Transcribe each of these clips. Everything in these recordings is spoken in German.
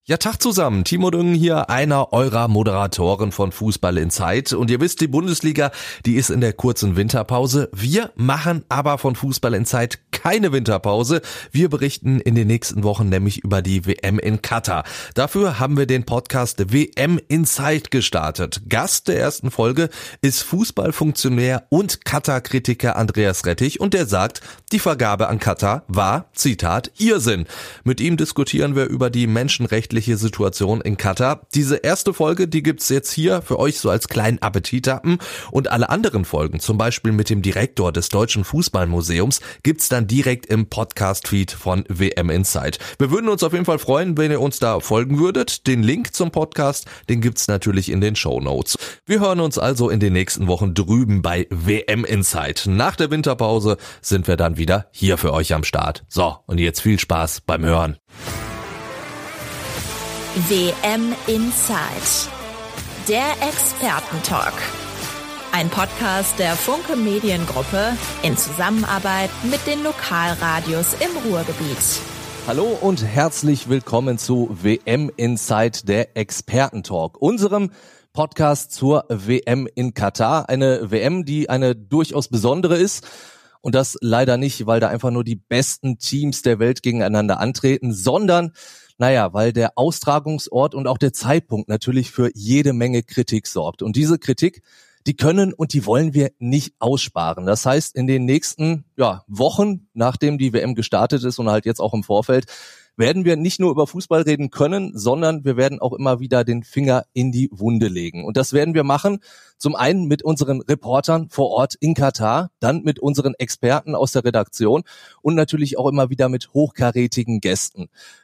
Ja, Tag zusammen. Timo Düngen hier, einer eurer Moderatoren von Fußball in Zeit. Und ihr wisst, die Bundesliga, die ist in der kurzen Winterpause. Wir machen aber von Fußball in Zeit keine Winterpause. Wir berichten in den nächsten Wochen nämlich über die WM in Katar. Dafür haben wir den Podcast WM in Zeit gestartet. Gast der ersten Folge ist Fußballfunktionär und Katar-Kritiker Andreas Rettich und der sagt, die Vergabe an Katar war, Zitat, Irrsinn. Mit ihm diskutieren wir über die menschenrechtliche Situation in Katar. Diese erste Folge, die gibt's jetzt hier für euch so als kleinen Appetithappen und alle anderen Folgen, zum Beispiel mit dem Direktor des Deutschen Fußballmuseums, gibt's dann direkt im Podcast-Feed von WM Inside. Wir würden uns auf jeden Fall freuen, wenn ihr uns da folgen würdet. Den Link zum Podcast, den gibt's natürlich in den Shownotes. Wir hören uns also in den nächsten Wochen drüben bei WM Inside. Nach der Winterpause sind wir dann wieder hier für euch am Start. So, und jetzt viel Spaß beim Hören. WM Inside, der Expertentalk. Ein Podcast der Funke Mediengruppe in Zusammenarbeit mit den Lokalradios im Ruhrgebiet. Hallo und herzlich willkommen zu WM Inside, der Expertentalk, unserem Podcast zur WM in Katar. Eine WM, die eine durchaus besondere ist. Und das leider nicht, weil da einfach nur die besten Teams der Welt gegeneinander antreten, sondern weil der Austragungsort und auch der Zeitpunkt natürlich für jede Menge Kritik sorgt. Und diese Kritik, die können und die wollen wir nicht aussparen. Das heißt, in den nächsten Wochen, nachdem die WM gestartet ist und halt jetzt auch im Vorfeld, werden wir nicht nur über Fußball reden können, sondern wir werden auch immer wieder den Finger in die Wunde legen. Und das werden wir machen, zum einen mit unseren Reportern vor Ort in Katar, dann mit unseren Experten aus der Redaktion und natürlich auch immer wieder mit hochkarätigen Gästen.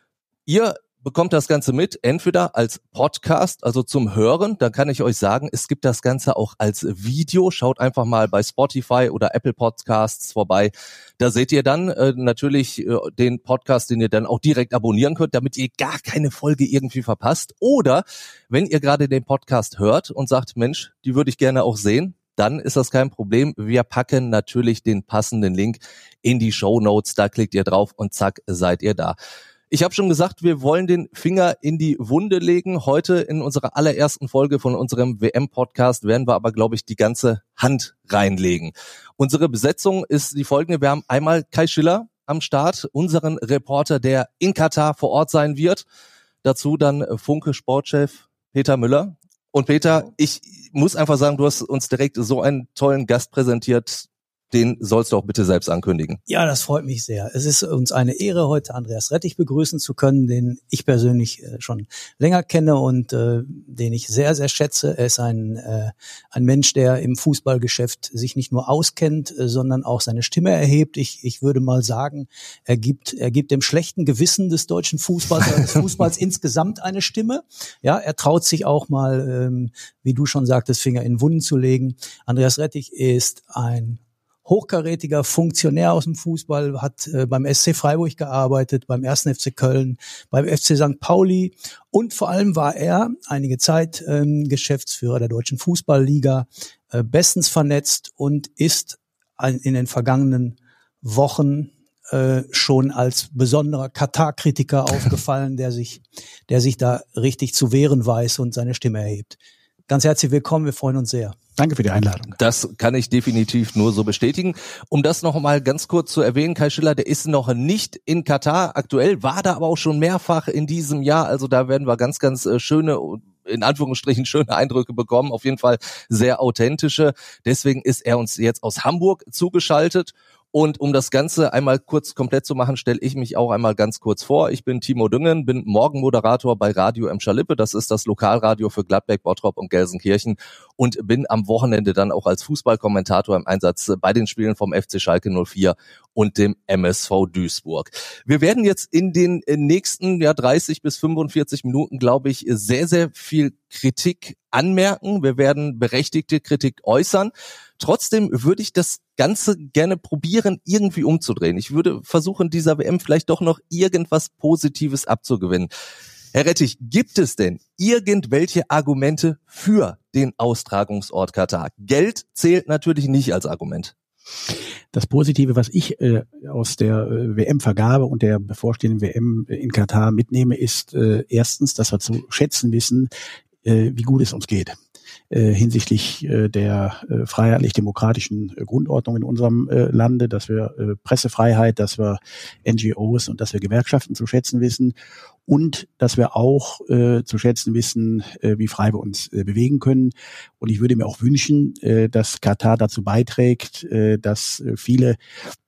Ihr bekommt das Ganze mit, entweder als Podcast, also zum Hören, dann kann ich euch sagen, es gibt das Ganze auch als Video. Schaut einfach mal bei Spotify oder Apple Podcasts vorbei. Da seht ihr dann natürlich den Podcast, den ihr dann auch direkt abonnieren könnt, damit ihr gar keine Folge irgendwie verpasst. Oder wenn ihr gerade den Podcast hört und sagt, Mensch, die würde ich gerne auch sehen, dann ist das kein Problem. Wir packen natürlich den passenden Link in die Shownotes. Da klickt ihr drauf und zack, seid ihr da. Ich habe schon gesagt, wir wollen den Finger in die Wunde legen. Heute in unserer allerersten Folge von unserem WM-Podcast werden wir aber, glaube ich, die ganze Hand reinlegen. Unsere Besetzung ist die folgende. Wir haben einmal Kai Schiller am Start, unseren Reporter, der in Katar vor Ort sein wird. Dazu dann Funke-Sportchef Peter Müller. Und Peter, ich muss einfach sagen, du hast uns direkt so einen tollen Gast präsentiert. Den sollst du auch bitte selbst ankündigen. Ja, das freut mich sehr. Es ist uns eine Ehre, heute Andreas Rettich begrüßen zu können, den ich persönlich schon länger kenne und den ich sehr, sehr schätze. Er ist ein Mensch, der im Fußballgeschäft sich nicht nur auskennt, sondern auch seine Stimme erhebt. Ich würde mal sagen, er gibt dem schlechten Gewissen des deutschen Fußballs, des Fußballs insgesamt eine Stimme. Ja, er traut sich auch mal, wie du schon sagtest, Finger in Wunden zu legen. Andreas Rettich ist ein hochkarätiger Funktionär aus dem Fußball, hat beim SC Freiburg gearbeitet, beim 1. FC Köln, beim FC St. Pauli und vor allem war er einige Zeit Geschäftsführer der Deutschen Fußballliga, bestens vernetzt und ist in den vergangenen Wochen schon als besonderer Katar-Kritiker aufgefallen, der sich da richtig zu wehren weiß und seine Stimme erhebt. Ganz herzlich willkommen, wir freuen uns sehr. Danke für die Einladung. Das kann ich definitiv nur so bestätigen. Um das noch mal ganz kurz zu erwähnen, Kai Schiller, der ist noch nicht in Katar aktuell, war da aber auch schon mehrfach in diesem Jahr. Also da werden wir ganz, ganz schöne, in Anführungsstrichen schöne Eindrücke bekommen. Auf jeden Fall sehr authentische. Deswegen ist er uns jetzt aus Hamburg zugeschaltet. Und um das Ganze einmal kurz komplett zu machen, stelle ich mich auch einmal ganz kurz vor. Ich bin Timo Düngen, bin Morgenmoderator bei Radio Emscher-Lippe. Das ist das Lokalradio für Gladbeck, Bottrop und Gelsenkirchen. Und bin am Wochenende dann auch als Fußballkommentator im Einsatz bei den Spielen vom FC Schalke 04 und dem MSV Duisburg. Wir werden jetzt in den nächsten 30 bis 45 Minuten, glaube ich, sehr, sehr viel Kritik anmerken. Wir werden berechtigte Kritik äußern. Trotzdem würde ich das Ganze gerne probieren, irgendwie umzudrehen. Ich würde versuchen, dieser WM vielleicht doch noch irgendwas Positives abzugewinnen. Herr Rettich, gibt es denn irgendwelche Argumente für den Austragungsort Katar? Geld zählt natürlich nicht als Argument. Das Positive, was ich aus der WM-Vergabe und der bevorstehenden WM in Katar mitnehme, ist erstens, dass wir zu schätzen wissen, wie gut es uns geht. Hinsichtlich der freiheitlich-demokratischen Grundordnung in unserem Lande, dass wir Pressefreiheit, dass wir NGOs und dass wir Gewerkschaften zu schätzen wissen und dass wir auch zu schätzen wissen, wie frei wir uns bewegen können. Und ich würde mir auch wünschen, dass Katar dazu beiträgt, dass viele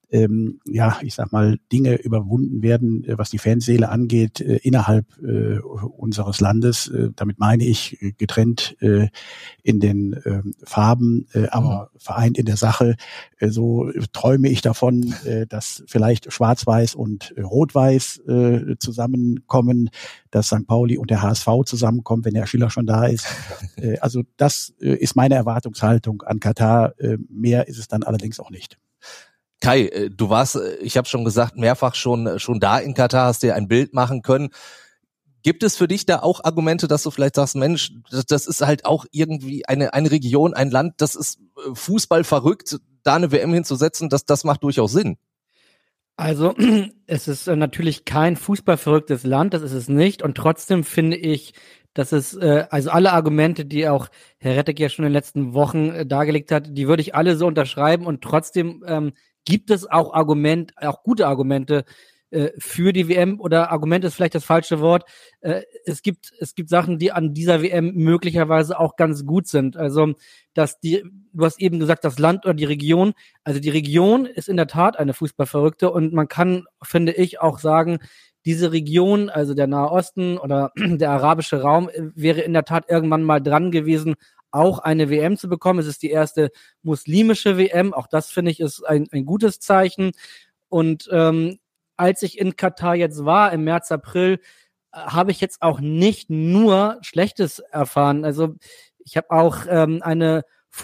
ich sag mal, Dinge überwunden werden, was die Fanseele angeht, innerhalb unseres Landes. Damit meine ich getrennt in den Farben, aber vereint in der Sache. So träume ich davon, dass vielleicht Schwarz-Weiß und Rot-Weiß zusammenkommen, dass St. Pauli und der HSV zusammenkommen, wenn der Schiller schon da ist. Also das ist meine Erwartungshaltung an Katar. Mehr ist es dann allerdings auch nicht. Kai, du warst, ich habe schon gesagt, mehrfach schon da in Katar, hast dir ein Bild machen können. Gibt es für dich da auch Argumente, dass du vielleicht sagst, Mensch, das ist halt auch irgendwie eine Region, ein Land, das ist Fußball verrückt, da eine WM hinzusetzen, das macht durchaus Sinn? Also es ist natürlich kein fußballverrücktes Land, das ist es nicht. Und trotzdem finde ich, dass es, also alle Argumente, die auch Herr Rettig ja schon in den letzten Wochen dargelegt hat, die würde ich alle so unterschreiben. Und trotzdem gibt es auch gute Argumente für die WM, oder Argument ist vielleicht das falsche Wort. Es gibt Sachen, die an dieser WM möglicherweise auch ganz gut sind. Also, du hast eben gesagt, das Land oder die Region. Also die Region ist in der Tat eine Fußballverrückte, und man kann, finde ich, auch sagen, diese Region, also der Nahe Osten oder der arabische Raum, wäre in der Tat irgendwann mal dran gewesen, auch eine WM zu bekommen. Es ist die erste muslimische WM. Auch das, finde ich, ist ein gutes Zeichen. Und als ich in Katar jetzt war, im März, April, habe ich jetzt auch nicht nur Schlechtes erfahren. Also ich habe auch eine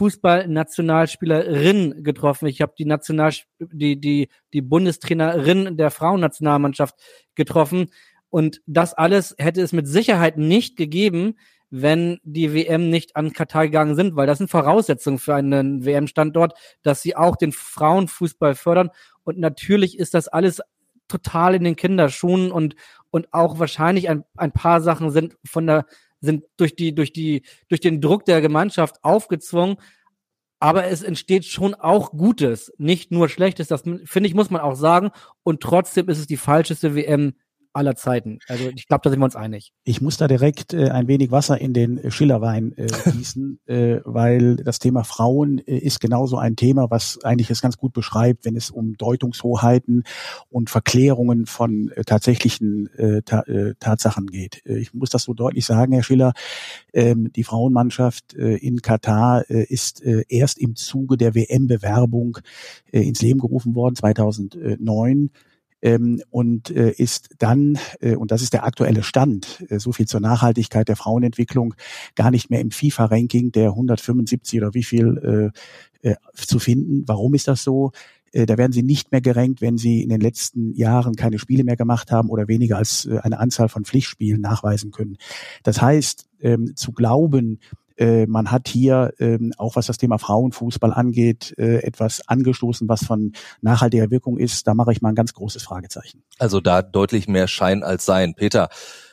Fußball-Nationalspielerin getroffen. Ich habe die Bundestrainerin der Frauennationalmannschaft getroffen. Und das alles hätte es mit Sicherheit nicht gegeben, wenn die WM nicht an Katar gegangen sind, weil das sind Voraussetzungen für einen WM-Standort, dass sie auch den Frauenfußball fördern. Und natürlich ist das alles total in den Kinderschuhen, und auch wahrscheinlich ein paar Sachen sind durch den Druck der Gemeinschaft aufgezwungen. Aber es entsteht schon auch Gutes, nicht nur Schlechtes. Das, finde ich, muss man auch sagen. Und trotzdem ist es die falscheste WM aller Zeiten. Also ich glaube, da sind wir uns einig. Ich muss da direkt ein wenig Wasser in den Schillerwein gießen, weil das Thema Frauen ist genauso ein Thema, was eigentlich es ganz gut beschreibt, wenn es um Deutungshoheiten und Verklärungen von tatsächlichen Tatsachen geht. Ich muss das so deutlich sagen, Herr Schiller, die Frauenmannschaft in Katar ist erst im Zuge der WM-Bewerbung ins Leben gerufen worden, 2009. Und ist dann, und das ist der aktuelle Stand, so viel zur Nachhaltigkeit der Frauenentwicklung, gar nicht mehr im FIFA-Ranking der 175 oder wie viel zu finden. Warum ist das so? Da werden sie nicht mehr gerankt, wenn sie in den letzten Jahren keine Spiele mehr gemacht haben oder weniger als eine Anzahl von Pflichtspielen nachweisen können. Das heißt, zu glauben, man hat hier, auch was das Thema Frauenfußball angeht, etwas angestoßen, was von nachhaltiger Wirkung ist. Da mache ich mal ein ganz großes Fragezeichen. Also da deutlich mehr Schein als Sein. Peter,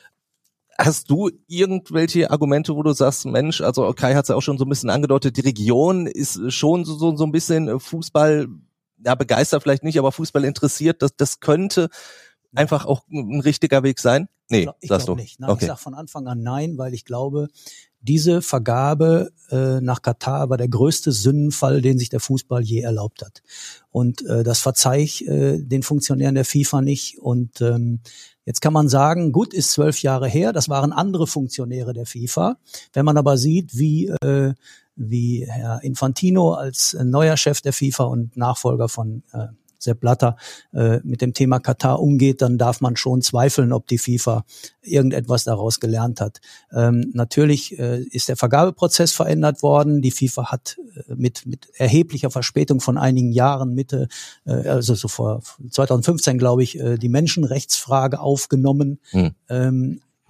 hast du irgendwelche Argumente, wo du sagst, Mensch, also Kai hat es ja auch schon so ein bisschen angedeutet, die Region ist schon so ein bisschen Fußball, ja begeistert vielleicht nicht, aber Fußball interessiert, das könnte einfach auch ein richtiger Weg sein? Nee, sagst du nicht. Nein, okay. Ich sage von Anfang an nein, weil ich glaube, diese Vergabe nach Katar war der größte Sündenfall, den sich der Fußball je erlaubt hat. Und das verzeih ich den Funktionären der FIFA nicht. Und jetzt kann man sagen, gut, ist 12 Jahre her, das waren andere Funktionäre der FIFA. Wenn man aber sieht, wie Herr Infantino als neuer Chef der FIFA und Nachfolger von Sepp Blatter mit dem Thema Katar umgeht, dann darf man schon zweifeln, ob die FIFA irgendetwas daraus gelernt hat. Natürlich ist der Vergabeprozess verändert worden. Die FIFA hat mit erheblicher Verspätung von einigen Jahren, also so vor 2015, glaube ich, die Menschenrechtsfrage aufgenommen.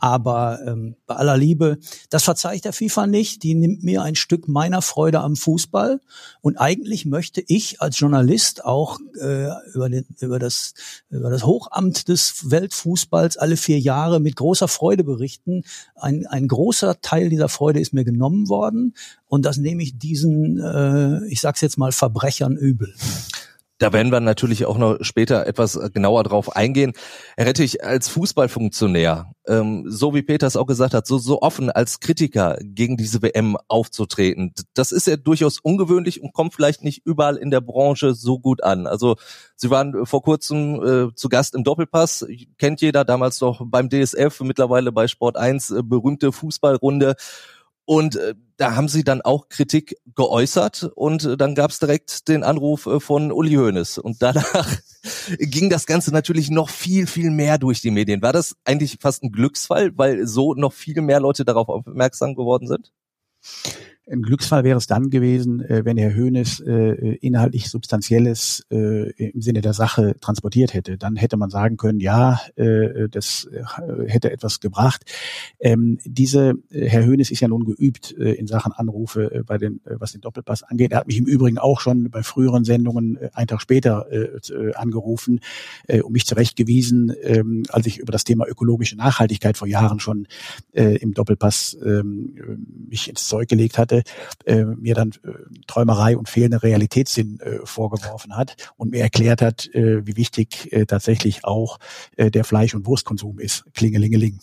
Aber bei aller Liebe, das verzeihe ich der FIFA nicht. Die nimmt mir ein Stück meiner Freude am Fußball. Und eigentlich möchte ich als Journalist auch über das Hochamt des Weltfußballs alle 4 Jahre mit großer Freude berichten. Ein großer Teil dieser Freude ist mir genommen worden. Und das nehme ich diesen, ich sag's jetzt mal, Verbrechern übel. Da werden wir natürlich auch noch später etwas genauer drauf eingehen. Herr Rettich, als Fußballfunktionär, so wie Peter es auch gesagt hat, so offen als Kritiker gegen diese WM aufzutreten, das ist ja durchaus ungewöhnlich und kommt vielleicht nicht überall in der Branche so gut an. Also Sie waren vor kurzem zu Gast im Doppelpass, kennt jeder, damals noch beim DSF, mittlerweile bei Sport 1, berühmte Fußballrunde. Und da haben Sie dann auch Kritik geäußert und dann gab es direkt den Anruf von Uli Hoeneß. Und danach ging das Ganze natürlich noch viel, viel mehr durch die Medien. War das eigentlich fast ein Glücksfall, weil so noch viel mehr Leute darauf aufmerksam geworden sind? Ein Glücksfall wäre es dann gewesen, wenn Herr Hoeneß inhaltlich Substanzielles im Sinne der Sache transportiert hätte. Dann hätte man sagen können, ja, das hätte etwas gebracht. Herr Hoeneß ist ja nun geübt in Sachen Anrufe was den Doppelpass angeht. Er hat mich im Übrigen auch schon bei früheren Sendungen einen Tag später angerufen und mich zurechtgewiesen, als ich über das Thema ökologische Nachhaltigkeit vor Jahren schon im Doppelpass mich ins Zeug gelegt hatte, mir dann Träumerei und fehlende Realitätssinn vorgeworfen hat und mir erklärt hat, wie wichtig tatsächlich auch der Fleisch- und Wurstkonsum ist. Klingelingeling.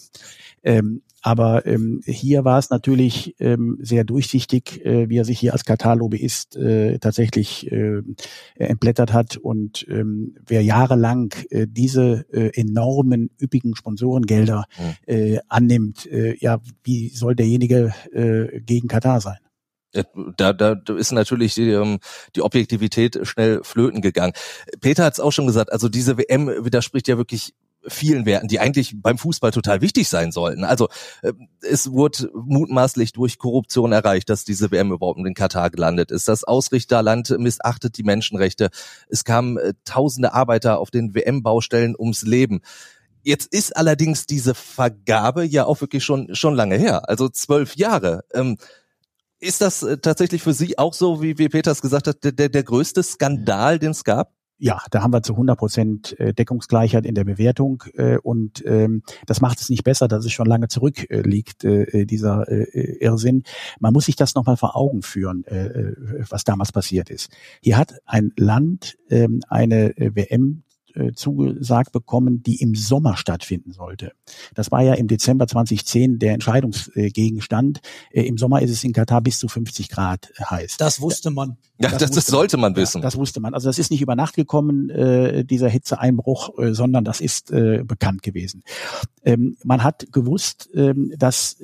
Aber hier war es natürlich sehr durchsichtig, wie er sich hier als Katar-Lobbyist tatsächlich entblättert hat. Und wer jahrelang diese enormen, üppigen Sponsorengelder annimmt, ja, wie soll derjenige gegen Katar sein? Da ist natürlich die Objektivität schnell flöten gegangen. Peter hat es auch schon gesagt, also diese WM widerspricht ja wirklich vielen Werten, die eigentlich beim Fußball total wichtig sein sollten. Also es wurde mutmaßlich durch Korruption erreicht, dass diese WM überhaupt in Katar gelandet ist. Das Ausrichterland missachtet die Menschenrechte. Es kamen tausende Arbeiter auf den WM-Baustellen ums Leben. Jetzt ist allerdings diese Vergabe ja auch wirklich schon lange her, also 12 Jahre. Ist das tatsächlich für Sie auch so, wie Peter es gesagt hat, der größte Skandal, den es gab? Ja, da haben wir zu 100% Deckungsgleichheit in der Bewertung und das macht es nicht besser, dass es schon lange zurückliegt, dieser Irrsinn. Man muss sich das nochmal vor Augen führen, was damals passiert ist. Hier hat ein Land eine WM zugesagt bekommen, die im Sommer stattfinden sollte. Das war ja im Dezember 2010 der Entscheidungsgegenstand. Im Sommer ist es in Katar bis zu 50 Grad heiß. Das wusste man. Ja, das sollte man wissen. Ja, das wusste man. Also das ist nicht über Nacht gekommen, dieser Hitzeeinbruch, sondern das ist bekannt gewesen. Man hat gewusst, dass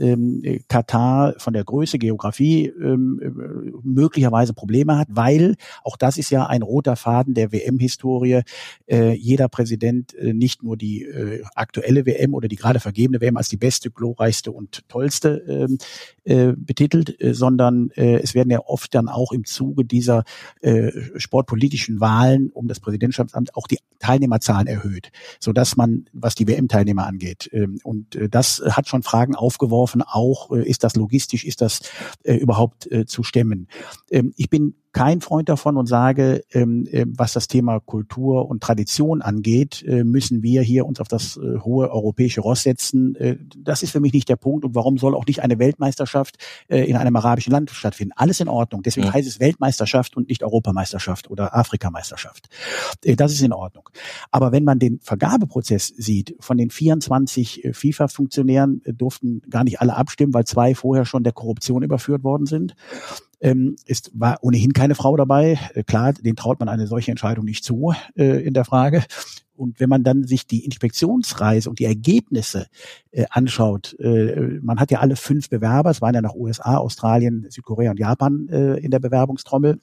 Katar von der Größe, Geografie möglicherweise Probleme hat, weil auch das ist ja ein roter Faden der WM-Historie. Jeder Präsident nicht nur die aktuelle WM oder die gerade vergebene WM als die beste, glorreichste und tollste betitelt, sondern es werden ja oft dann auch im Zuge dieser sportpolitischen Wahlen um das Präsidentschaftsamt auch die Teilnehmerzahlen erhöht, sodass man, was die WM-Teilnehmer angeht, und das hat schon Fragen aufgeworfen, auch ist das logistisch, ist das überhaupt zu stemmen. Ich bin kein Freund davon und sage, was das Thema Kultur und Tradition angeht, müssen wir hier uns auf das hohe europäische Ross setzen. Das ist für mich nicht der Punkt. Und warum soll auch nicht eine Weltmeisterschaft in einem arabischen Land stattfinden? Alles in Ordnung. Deswegen heißt es Weltmeisterschaft und nicht Europameisterschaft oder Afrikameisterschaft. Das ist in Ordnung. Aber wenn man den Vergabeprozess sieht, von den 24 FIFA-Funktionären durften gar nicht alle abstimmen, weil 2 vorher schon der Korruption überführt worden sind. Es war ohnehin keine Frau dabei. Klar, dem traut man eine solche Entscheidung nicht zu in der Frage. Und wenn man dann sich die Inspektionsreise und die Ergebnisse anschaut, man hat ja alle 5 Bewerber, es waren ja noch USA, Australien, Südkorea und Japan in der Bewerbungstrommel,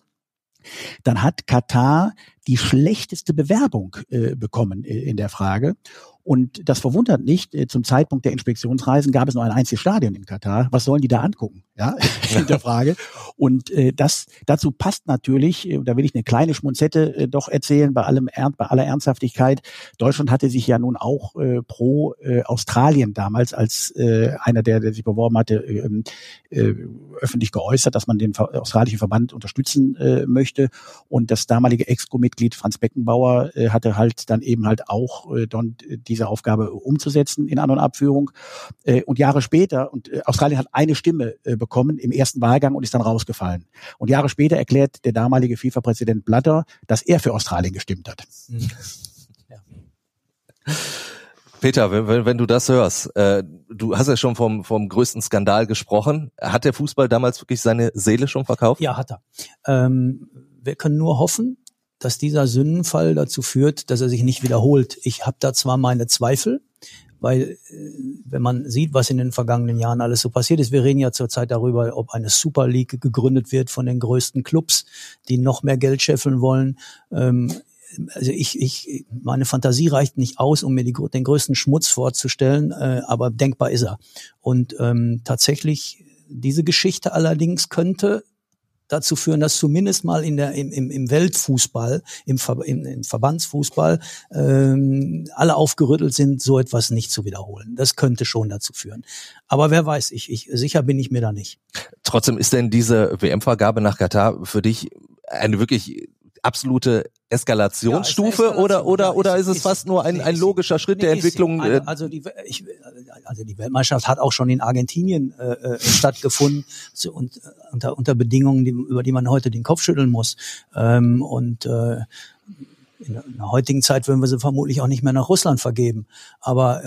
dann hat Katar die schlechteste Bewerbung bekommen in der Frage. Und das verwundert nicht. Zum Zeitpunkt der Inspektionsreisen gab es nur ein einziges Stadion in Katar. Was sollen die da angucken? Ja, in der Frage. Und dazu passt natürlich, da will ich eine kleine Schmunzette doch erzählen, bei aller Ernsthaftigkeit. Deutschland hatte sich ja nun auch pro Australien damals als einer, der sich beworben hatte, öffentlich geäußert, dass man den australischen Verband unterstützen möchte. Und das damalige Exco-Mitglied Franz Beckenbauer hatte halt dann eben halt auch diese Aufgabe umzusetzen in An- und Abführung. Und Jahre später, und Australien hat eine Stimme bekommen im ersten Wahlgang und ist dann rausgefallen. Und Jahre später erklärt der damalige FIFA-Präsident Blatter, dass er für Australien gestimmt hat. Ja. Peter, wenn du das hörst, du hast ja schon vom größten Skandal gesprochen. Hat der Fußball damals wirklich seine Seele schon verkauft? Ja, hat er. Wir können nur hoffen, dass dieser Sündenfall dazu führt, dass er sich nicht wiederholt. Ich habe da zwar meine Zweifel, weil wenn man sieht, was in den vergangenen Jahren alles so passiert ist, wir reden ja zurzeit darüber, ob eine Super League gegründet wird von den größten Clubs, die noch mehr Geld scheffeln wollen. Also meine Fantasie reicht nicht aus, um mir den größten Schmutz vorzustellen, aber denkbar ist er. Und tatsächlich diese Geschichte allerdings könnte dazu führen, dass zumindest mal im Weltfußball, im Verbandsfußball alle aufgerüttelt sind, so etwas nicht zu wiederholen. Das könnte schon dazu führen. Aber wer weiß, sicher bin ich mir da nicht. Trotzdem ist denn diese WM-Vergabe nach Katar für dich eine wirklich absolute Eskalationsstufe, ja, oder ist es fast nur ein logischer Schritt der Entwicklung? Also die Weltmeisterschaft hat auch schon in Argentinien stattgefunden und unter Bedingungen, über die man heute den Kopf schütteln muss. In der heutigen Zeit würden wir sie vermutlich auch nicht mehr nach Russland vergeben. Aber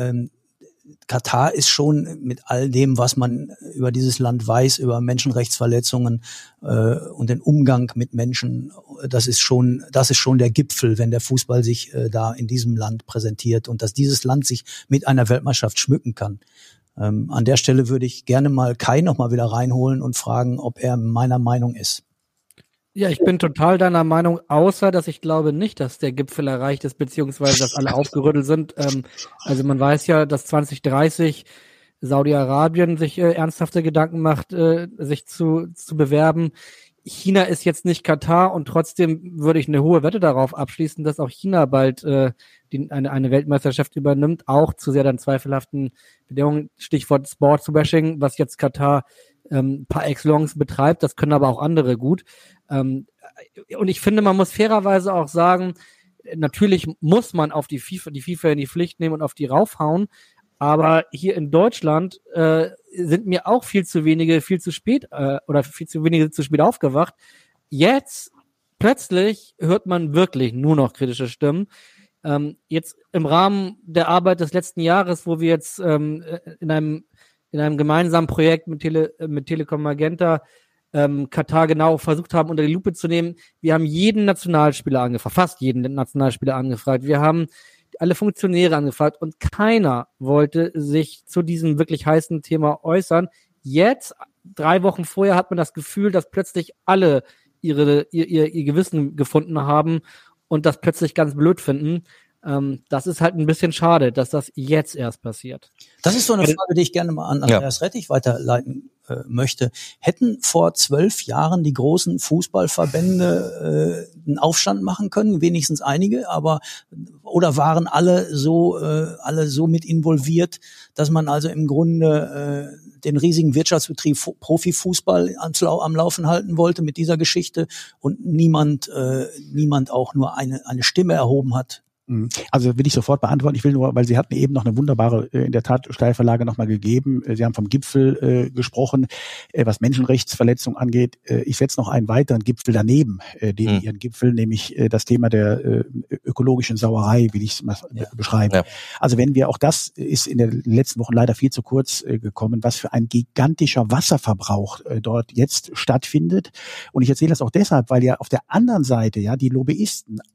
Katar ist schon mit all dem, was man über dieses Land weiß, über Menschenrechtsverletzungen und den Umgang mit Menschen, das ist schon der Gipfel, wenn der Fußball sich da in diesem Land präsentiert und dass dieses Land sich mit einer Weltmeisterschaft schmücken kann. An der Stelle würde ich gerne mal Kai noch mal wieder reinholen und fragen, ob er meiner Meinung ist. Ja, ich bin total deiner Meinung, außer dass ich glaube nicht, dass der Gipfel erreicht ist, beziehungsweise dass alle aufgerüttelt sind. Also man weiß ja, dass 2030 Saudi-Arabien sich ernsthafte Gedanken macht, sich zu bewerben. China ist jetzt nicht Katar und trotzdem würde ich eine hohe Wette darauf abschließen, dass auch China bald eine Weltmeisterschaft übernimmt, auch zu sehr dann zweifelhaften Bedingungen. Stichwort Sportswashing, was jetzt Katar par excellence betreibt, das können aber auch andere gut. Und ich finde, man muss fairerweise auch sagen, natürlich muss man auf die FIFA in die Pflicht nehmen und auf die raufhauen, aber hier in Deutschland sind mir auch viel zu wenige zu spät aufgewacht. Jetzt plötzlich hört man wirklich nur noch kritische Stimmen. Jetzt im Rahmen der Arbeit des letzten Jahres, wo wir jetzt in einem gemeinsamen Projekt mit Telekom Magenta Katar genau versucht haben, unter die Lupe zu nehmen. Wir haben jeden Nationalspieler angefragt, fast jeden Nationalspieler angefragt. Wir haben alle Funktionäre angefragt und keiner wollte sich zu diesem wirklich heißen Thema äußern. Jetzt, 3 Wochen vorher, hat man das Gefühl, dass plötzlich alle ihr Gewissen gefunden haben und das plötzlich ganz blöd finden. Das ist halt ein bisschen schade, dass das jetzt erst passiert. Das ist so eine Frage, die ich gerne mal an Andreas Rettich weiterleiten möchte. Hätten vor 12 Jahren die großen Fußballverbände einen Aufstand machen können, wenigstens einige, oder waren alle so mit involviert, dass man also im Grunde den riesigen Wirtschaftsbetrieb Profifußball am Laufen halten wollte mit dieser Geschichte und niemand auch nur eine Stimme erhoben hat? Also will ich sofort beantworten. Ich will nur, weil Sie hatten eben noch eine wunderbare, in der Tat, Steilvorlage nochmal gegeben. Sie haben vom Gipfel gesprochen, was Menschenrechtsverletzungen angeht. Ich setze noch einen weiteren Gipfel daneben, Ihren Gipfel, nämlich das Thema der ökologischen Sauerei, will ich es mal beschreiben. Ja. Also wenn wir, auch das ist in den letzten Wochen leider viel zu kurz gekommen, was für ein gigantischer Wasserverbrauch dort jetzt stattfindet. Und ich erzähle das auch deshalb, weil ja auf der anderen Seite ja die Lobbyisten auch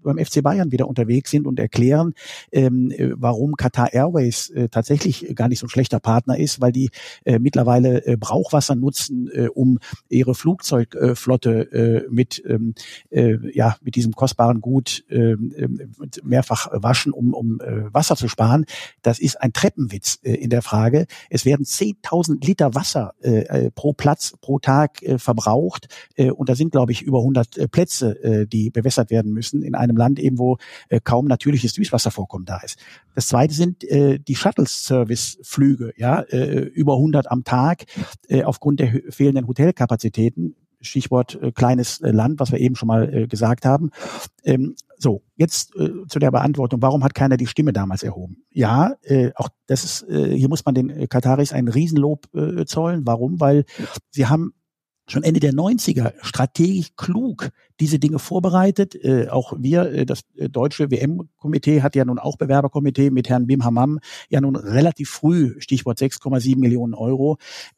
beim FC Bayern wieder unterwegs sind und erklären, warum Qatar Airways tatsächlich gar nicht so ein schlechter Partner ist, weil die mittlerweile Brauchwasser nutzen, um ihre Flugzeugflotte mit diesem kostbaren Gut mehrfach waschen, um Wasser zu sparen. Das ist ein Treppenwitz in der Frage. Es werden 10.000 Liter Wasser pro Platz, pro Tag verbraucht. Und da sind, glaube ich, über 100 Plätze, die bewässert werden müssen in einem Land eben, wo kaum natürliches Süßwasservorkommen da ist. Das zweite sind die Shuttle-Service-Flüge, über 100 am Tag aufgrund der fehlenden Hotelkapazitäten. Stichwort kleines Land, was wir eben schon mal gesagt haben. Jetzt zu der Beantwortung, warum hat keiner die Stimme damals erhoben? Ja, auch das ist, hier muss man den Kataris ein Riesenlob zollen. Warum? Weil sie haben schon Ende der 90er strategisch klug diese Dinge vorbereitet. Auch wir, das deutsche WM-Komitee hat ja nun auch Bewerberkomitee mit Herrn Bim Hammam ja nun relativ früh, Stichwort 6,7 Millionen Euro,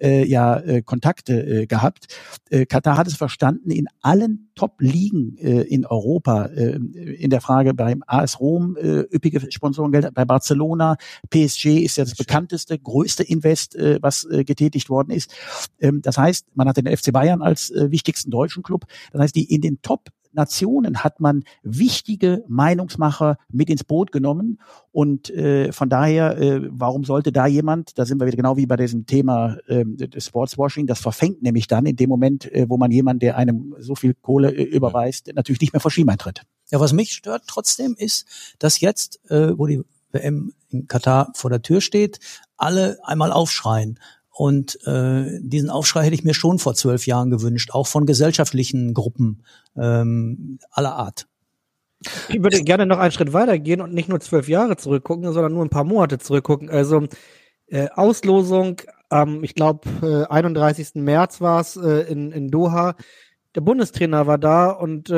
Kontakte gehabt. Katar hat es verstanden, in allen Top-Ligen in Europa, in der Frage beim AS Rom, üppige Sponsorengelder, bei Barcelona, PSG ist ja das bekannteste, größte Invest, was getätigt worden ist. Das heißt, man hat den FC Bayern als wichtigsten deutschen Club. Das heißt, in den Top-Nationen hat man wichtige Meinungsmacher mit ins Boot genommen und von daher, warum sollte da jemand, da sind wir wieder genau wie bei diesem Thema des Sportswashing, das verfängt nämlich dann in dem Moment, wo man jemanden, der einem so viel Kohle überweist, natürlich nicht mehr vor Schiebein tritt. Ja, was mich stört trotzdem ist, dass jetzt, wo die WM in Katar vor der Tür steht, alle einmal aufschreien. Und diesen Aufschrei hätte ich mir schon vor 12 Jahren gewünscht, auch von gesellschaftlichen Gruppen aller Art. Ich würde gerne noch einen Schritt weiter gehen und nicht nur 12 Jahre zurückgucken, sondern nur ein paar Monate zurückgucken. Also Auslosung, ich glaube 31. März war es in Doha. Der Bundestrainer war da und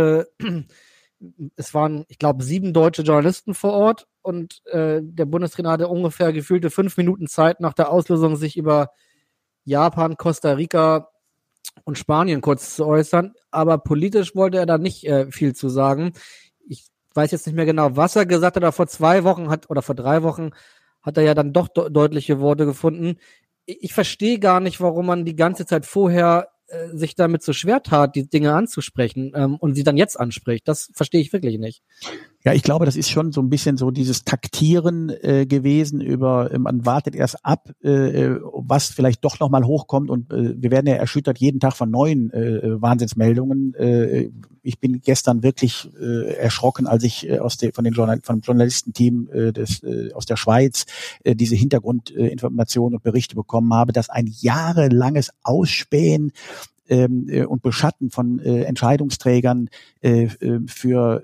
es waren, ich glaube, 7 deutsche Journalisten vor Ort und der Bundestrainer hatte ungefähr gefühlte 5 Minuten Zeit nach der Auslosung, sich über Japan, Costa Rica und Spanien kurz zu äußern, aber politisch wollte er da nicht viel zu sagen. Ich weiß jetzt nicht mehr genau, was er gesagt hat, aber vor 2 Wochen oder vor 3 Wochen hat er ja dann doch deutliche Worte gefunden. Ich verstehe gar nicht, warum man die ganze Zeit vorher sich damit so schwer tat, die Dinge anzusprechen und sie dann jetzt anspricht. Das verstehe ich wirklich nicht. Ja, ich glaube, das ist schon so ein bisschen so dieses Taktieren gewesen über, man wartet erst ab, was vielleicht doch nochmal hochkommt und wir werden ja erschüttert jeden Tag von neuen Wahnsinnsmeldungen. Ich bin gestern wirklich erschrocken, als ich vom Journalistenteam aus der Schweiz diese Hintergrundinformationen und Berichte bekommen habe, dass ein jahrelanges Ausspähen und Beschatten von Entscheidungsträgern für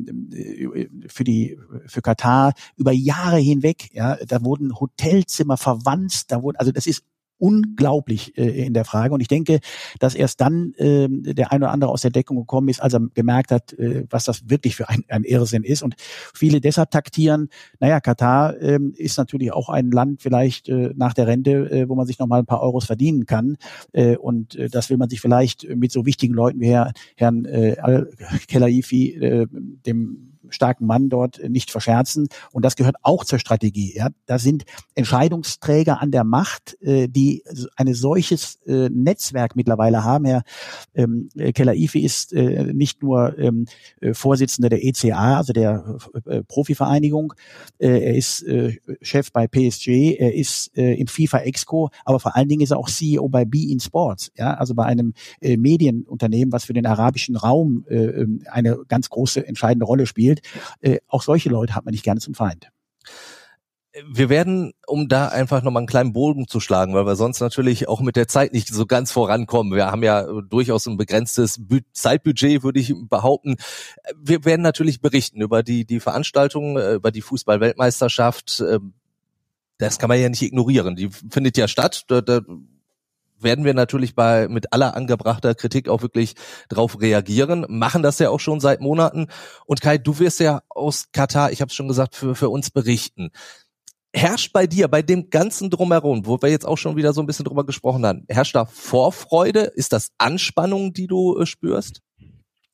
Katar über Jahre hinweg, ja, da wurden Hotelzimmer verwandt, also das ist unglaublich in der Frage. Und ich denke, dass erst dann der ein oder andere aus der Deckung gekommen ist, als er gemerkt hat, was das wirklich für ein Irrsinn ist. Und viele deshalb taktieren, Katar ist natürlich auch ein Land vielleicht nach der Rente, wo man sich nochmal ein paar Euros verdienen kann. Und das will man sich vielleicht mit so wichtigen Leuten wie Herrn Al-Khelaifi, dem starken Mann dort, nicht verscherzen. Und das gehört auch zur Strategie. Ja, da sind Entscheidungsträger an der Macht, die ein solches Netzwerk mittlerweile haben. Herr Khelaifi ist nicht nur Vorsitzender der ECA, also der Profivereinigung. Er ist Chef bei PSG. Er ist im FIFA Exco, aber vor allen Dingen ist er auch CEO bei beIN Sports. Ja, also bei einem Medienunternehmen, was für den arabischen Raum eine ganz große entscheidende Rolle spielt. Auch solche Leute hat man nicht gerne zum Feind. Wir werden, um da einfach nochmal einen kleinen Bogen zu schlagen, weil wir sonst natürlich auch mit der Zeit nicht so ganz vorankommen. Wir haben ja durchaus ein begrenztes Zeitbudget, würde ich behaupten. Wir werden natürlich berichten über die Veranstaltungen, über die Fußball-Weltmeisterschaft. Das kann man ja nicht ignorieren. Die findet ja statt. Da werden wir natürlich mit aller angebrachter Kritik auch wirklich drauf reagieren, machen das ja auch schon seit Monaten. Und Kai, du wirst ja aus Katar, ich habe es schon gesagt, für uns berichten. Herrscht bei dir, bei dem ganzen Drumherum, wo wir jetzt auch schon wieder so ein bisschen drüber gesprochen haben, herrscht da Vorfreude? Ist das Anspannung, die du spürst?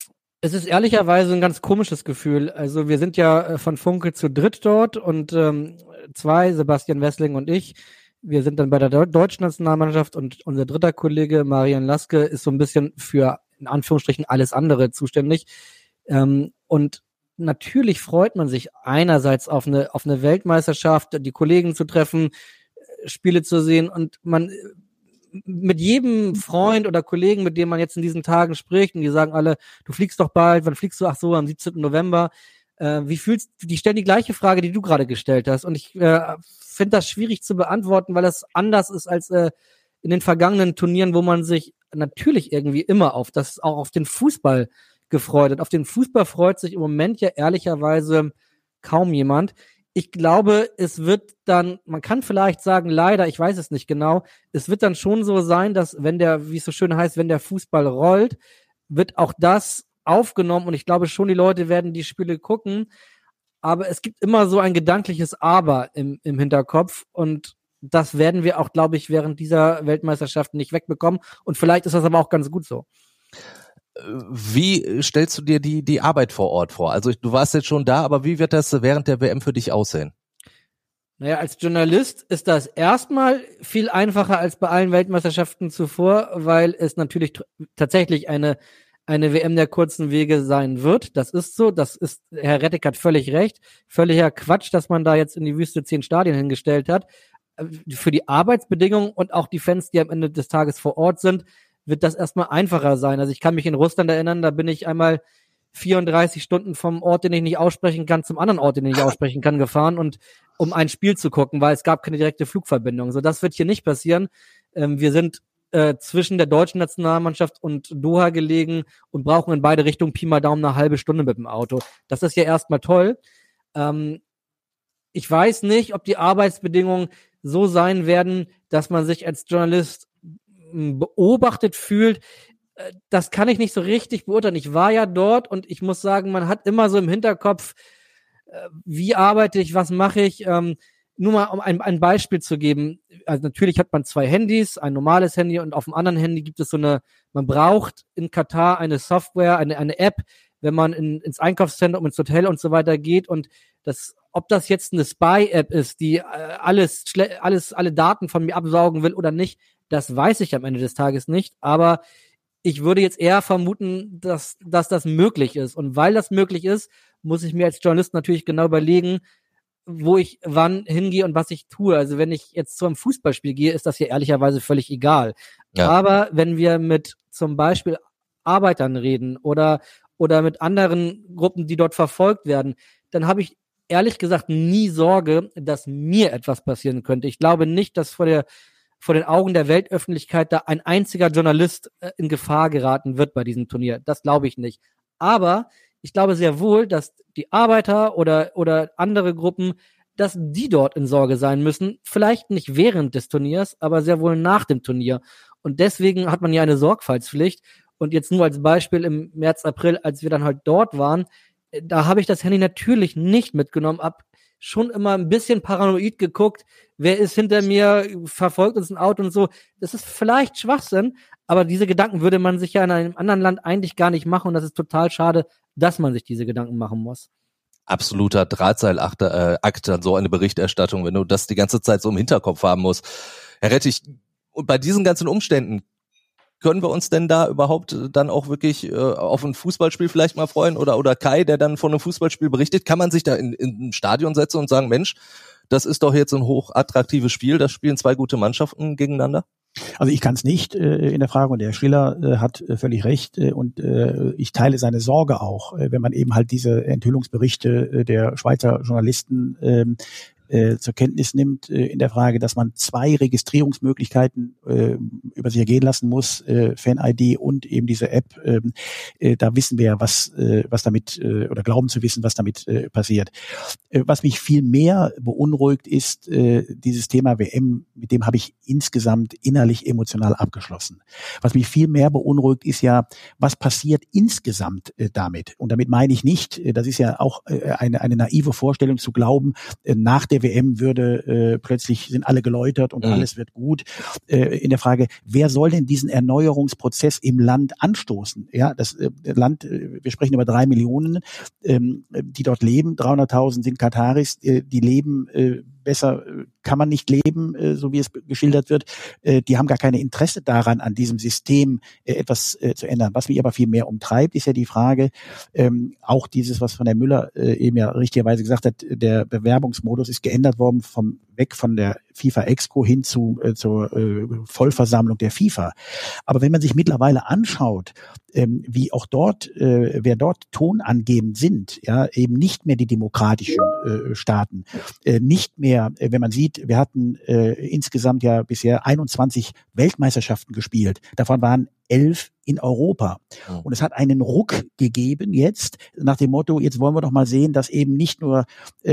Es ist ehrlicherweise ein ganz komisches Gefühl. Also wir sind ja von Funke zu dritt dort und zwei, Sebastian Wessling und ich, wir sind dann bei der deutschen Nationalmannschaft und unser dritter Kollege, Marian Laske, ist so ein bisschen für, in Anführungsstrichen, alles andere zuständig. Und natürlich freut man sich einerseits auf eine Weltmeisterschaft, die Kollegen zu treffen, Spiele zu sehen und man mit jedem Freund oder Kollegen, mit dem man jetzt in diesen Tagen spricht und die sagen alle, du fliegst doch bald, wann fliegst du? Ach so, am 17. November. Wie fühlst du? Die stellen die gleiche Frage, die du gerade gestellt hast und ich finde das schwierig zu beantworten, weil das anders ist als in den vergangenen Turnieren, wo man sich natürlich irgendwie immer auch auf den Fußball gefreut hat. Auf den Fußball freut sich im Moment ja ehrlicherweise kaum jemand. Ich glaube, es wird dann, man kann vielleicht sagen, leider, ich weiß es nicht genau, es wird dann schon so sein, dass wenn wie es so schön heißt, wenn der Fußball rollt, wird auch das aufgenommen und ich glaube schon, die Leute werden die Spiele gucken, aber es gibt immer so ein gedankliches Aber im Hinterkopf und das werden wir auch, glaube ich, während dieser Weltmeisterschaft nicht wegbekommen und vielleicht ist das aber auch ganz gut so. Wie stellst du dir die Arbeit vor Ort vor? Also du warst jetzt schon da, aber wie wird das während der WM für dich aussehen? Naja, als Journalist ist das erstmal viel einfacher als bei allen Weltmeisterschaften zuvor, weil es natürlich tatsächlich eine WM der kurzen Wege sein wird. Das ist so, Herr Rettig hat völlig recht. Völliger Quatsch, dass man da jetzt in die Wüste 10 Stadien hingestellt hat. Für die Arbeitsbedingungen und auch die Fans, die am Ende des Tages vor Ort sind, wird das erstmal einfacher sein. Also ich kann mich in Russland erinnern, da bin ich einmal 34 Stunden vom Ort, den ich nicht aussprechen kann, zum anderen Ort, den ich nicht aussprechen kann, gefahren und um ein Spiel zu gucken, weil es gab keine direkte Flugverbindung. So, das wird hier nicht passieren. Wir sind zwischen der deutschen Nationalmannschaft und Doha gelegen und brauchen in beide Richtungen Pi mal Daumen eine halbe Stunde mit dem Auto. Das ist ja erstmal toll. Ich weiß nicht, ob die Arbeitsbedingungen so sein werden, dass man sich als Journalist beobachtet fühlt. Das kann ich nicht so richtig beurteilen. Ich war ja dort und ich muss sagen, man hat immer so im Hinterkopf, wie arbeite ich, was mache ich. Nur mal, um ein Beispiel zu geben. Also natürlich hat man 2 Handys, ein normales Handy und auf dem anderen Handy gibt es man braucht in Katar eine Software, eine App, wenn man ins Einkaufszentrum, ins Hotel und so weiter geht und ob das jetzt eine Spy-App ist, die alle Daten von mir absaugen will oder nicht, das weiß ich am Ende des Tages nicht, aber ich würde jetzt eher vermuten, dass das möglich ist. Und weil das möglich ist, muss ich mir als Journalist natürlich genau überlegen, wo ich wann hingehe und was ich tue. Also wenn ich jetzt zu einem Fußballspiel gehe, ist das ja ehrlicherweise völlig egal. Ja. Aber wenn wir mit zum Beispiel Arbeitern reden oder mit anderen Gruppen, die dort verfolgt werden, dann habe ich ehrlich gesagt nie Sorge, dass mir etwas passieren könnte. Ich glaube nicht, dass vor den Augen der Weltöffentlichkeit da ein einziger Journalist in Gefahr geraten wird bei diesem Turnier. Das glaube ich nicht. Aber ich glaube sehr wohl, dass die Arbeiter oder andere Gruppen, dass die dort in Sorge sein müssen. Vielleicht nicht während des Turniers, aber sehr wohl nach dem Turnier. Und deswegen hat man ja eine Sorgfaltspflicht. Und jetzt nur als Beispiel im März, April, als wir dann halt dort waren, da habe ich das Handy natürlich nicht mitgenommen, schon immer ein bisschen paranoid geguckt, wer ist hinter mir, verfolgt uns ein Auto und so. Das ist vielleicht Schwachsinn, aber diese Gedanken würde man sich ja in einem anderen Land eigentlich gar nicht machen und das ist total schade, dass man sich diese Gedanken machen muss. Absoluter Drahtseilakt an so eine Berichterstattung, wenn du das die ganze Zeit so im Hinterkopf haben musst. Herr Rettig, und bei diesen ganzen Umständen, können wir uns denn da überhaupt dann auch wirklich auf ein Fußballspiel vielleicht mal freuen oder Kai, der dann von einem Fußballspiel berichtet? Kann man sich da in ein Stadion setzen und sagen, Mensch, das ist doch jetzt ein hochattraktives Spiel, das spielen 2 gute Mannschaften gegeneinander? Also ich kann es nicht in der Frage und der Schiller hat völlig recht und ich teile seine Sorge auch, wenn man eben halt diese Enthüllungsberichte der Schweizer Journalisten zur Kenntnis nimmt in der Frage, dass man 2 Registrierungsmöglichkeiten über sich ergehen lassen muss, Fan-ID und eben diese App. Da wissen wir ja, was damit oder glauben zu wissen, was damit passiert. Was mich viel mehr beunruhigt, ist dieses Thema WM, mit dem habe ich insgesamt innerlich emotional abgeschlossen. Was mich viel mehr beunruhigt, ist ja, was passiert insgesamt damit. Und damit meine ich nicht, das ist ja auch eine naive Vorstellung zu glauben, nach der der WM würde plötzlich sind alle geläutert und alles wird gut. In der Frage, wer soll denn diesen Erneuerungsprozess im Land anstoßen? Ja, das Land, wir sprechen über 3 Millionen, die dort leben. 300.000 sind Kataris, die leben besser kann man nicht leben, so wie es geschildert wird. Die haben gar keine Interesse daran, an diesem System etwas zu ändern. Was mich aber viel mehr umtreibt, ist ja die Frage, auch dieses, was von Herrn Müller eben ja richtigerweise gesagt hat, der Bewerbungsmodus ist geändert worden weg von der FIFA Exco hin zur Vollversammlung der FIFA. Aber wenn man sich mittlerweile anschaut, wie auch dort, wer dort tonangebend sind, ja, eben nicht mehr die demokratischen Staaten, nicht mehr, wenn man sieht, wir hatten insgesamt ja bisher 21 Weltmeisterschaften gespielt, davon waren 11 in Europa. Und es hat einen Ruck gegeben jetzt nach dem Motto, jetzt wollen wir doch mal sehen, dass eben nicht nur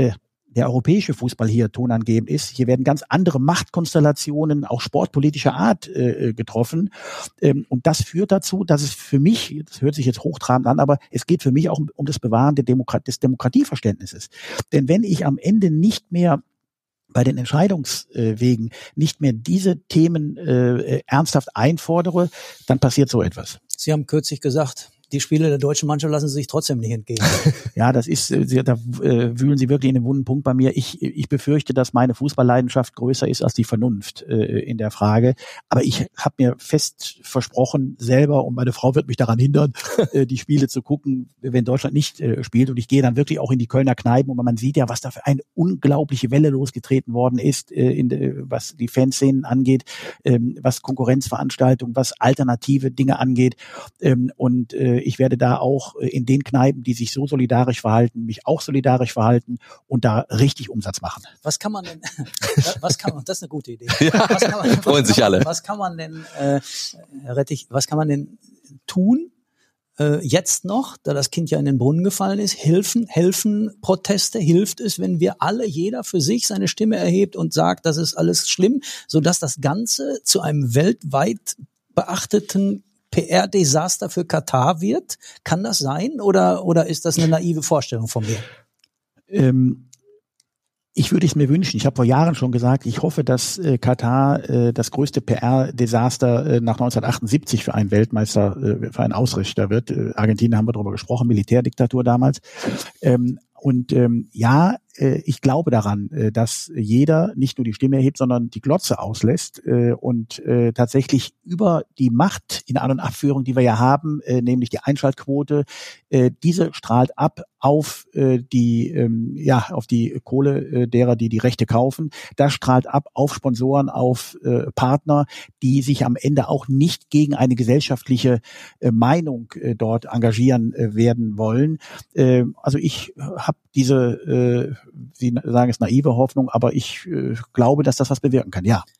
der europäische Fußball hier tonangebend ist. Hier werden ganz andere Machtkonstellationen, auch sportpolitischer Art getroffen. Und das führt dazu, dass es für mich, das hört sich jetzt hochtrabend an, aber es geht für mich auch um das Bewahren des Demokratieverständnisses. Denn wenn ich am Ende nicht mehr bei den Entscheidungswegen nicht mehr diese Themen ernsthaft einfordere, dann passiert so etwas. Sie haben kürzlich gesagt, die Spiele der deutschen Mannschaft lassen sie sich trotzdem nicht entgehen. Ja, das ist, da wühlen Sie wirklich in den wunden Punkt bei mir. Ich befürchte, dass meine Fußballleidenschaft größer ist als die Vernunft in der Frage. Aber ich habe mir fest versprochen, selber, und meine Frau wird mich daran hindern, die Spiele zu gucken, wenn Deutschland nicht spielt. Und ich gehe dann wirklich auch in die Kölner Kneipen, und man sieht ja, was da für eine unglaubliche Welle losgetreten worden ist, was die Fanszenen angeht, was Konkurrenzveranstaltungen, was alternative Dinge angeht. Und ich werde da auch in den Kneipen, die sich so solidarisch verhalten, mich auch solidarisch verhalten und da richtig Umsatz machen. Was kann man denn, das ist eine gute Idee. Ja, freuen sich alle. Was kann man denn, Herr Rettich, was kann man denn tun, jetzt noch, da das Kind ja in den Brunnen gefallen ist, helfen Proteste, hilft es, wenn wir alle, jeder für sich seine Stimme erhebt und sagt, das ist alles schlimm, sodass das Ganze zu einem weltweit beachteten PR-Desaster für Katar wird? Kann das sein oder ist das eine naive Vorstellung von mir? Ich würde es mir wünschen. Ich habe vor Jahren schon gesagt, ich hoffe, dass Katar das größte PR-Desaster nach 1978 für einen Weltmeister, für einen Ausrichter wird. Argentinien haben wir darüber gesprochen, Militärdiktatur damals. Ich glaube daran, dass jeder nicht nur die Stimme erhebt, sondern die Glotze auslässt und tatsächlich über die Macht in An- und Abführung, die wir ja haben, nämlich die Einschaltquote, diese strahlt ab auf auf die Kohle derer, die die Rechte kaufen. Das strahlt ab auf Sponsoren, auf Partner, die sich am Ende auch nicht gegen eine gesellschaftliche Meinung dort engagieren werden wollen. Also ich habe diese Sie sagen es naive Hoffnung, aber ich glaube, dass das was bewirken kann, ja.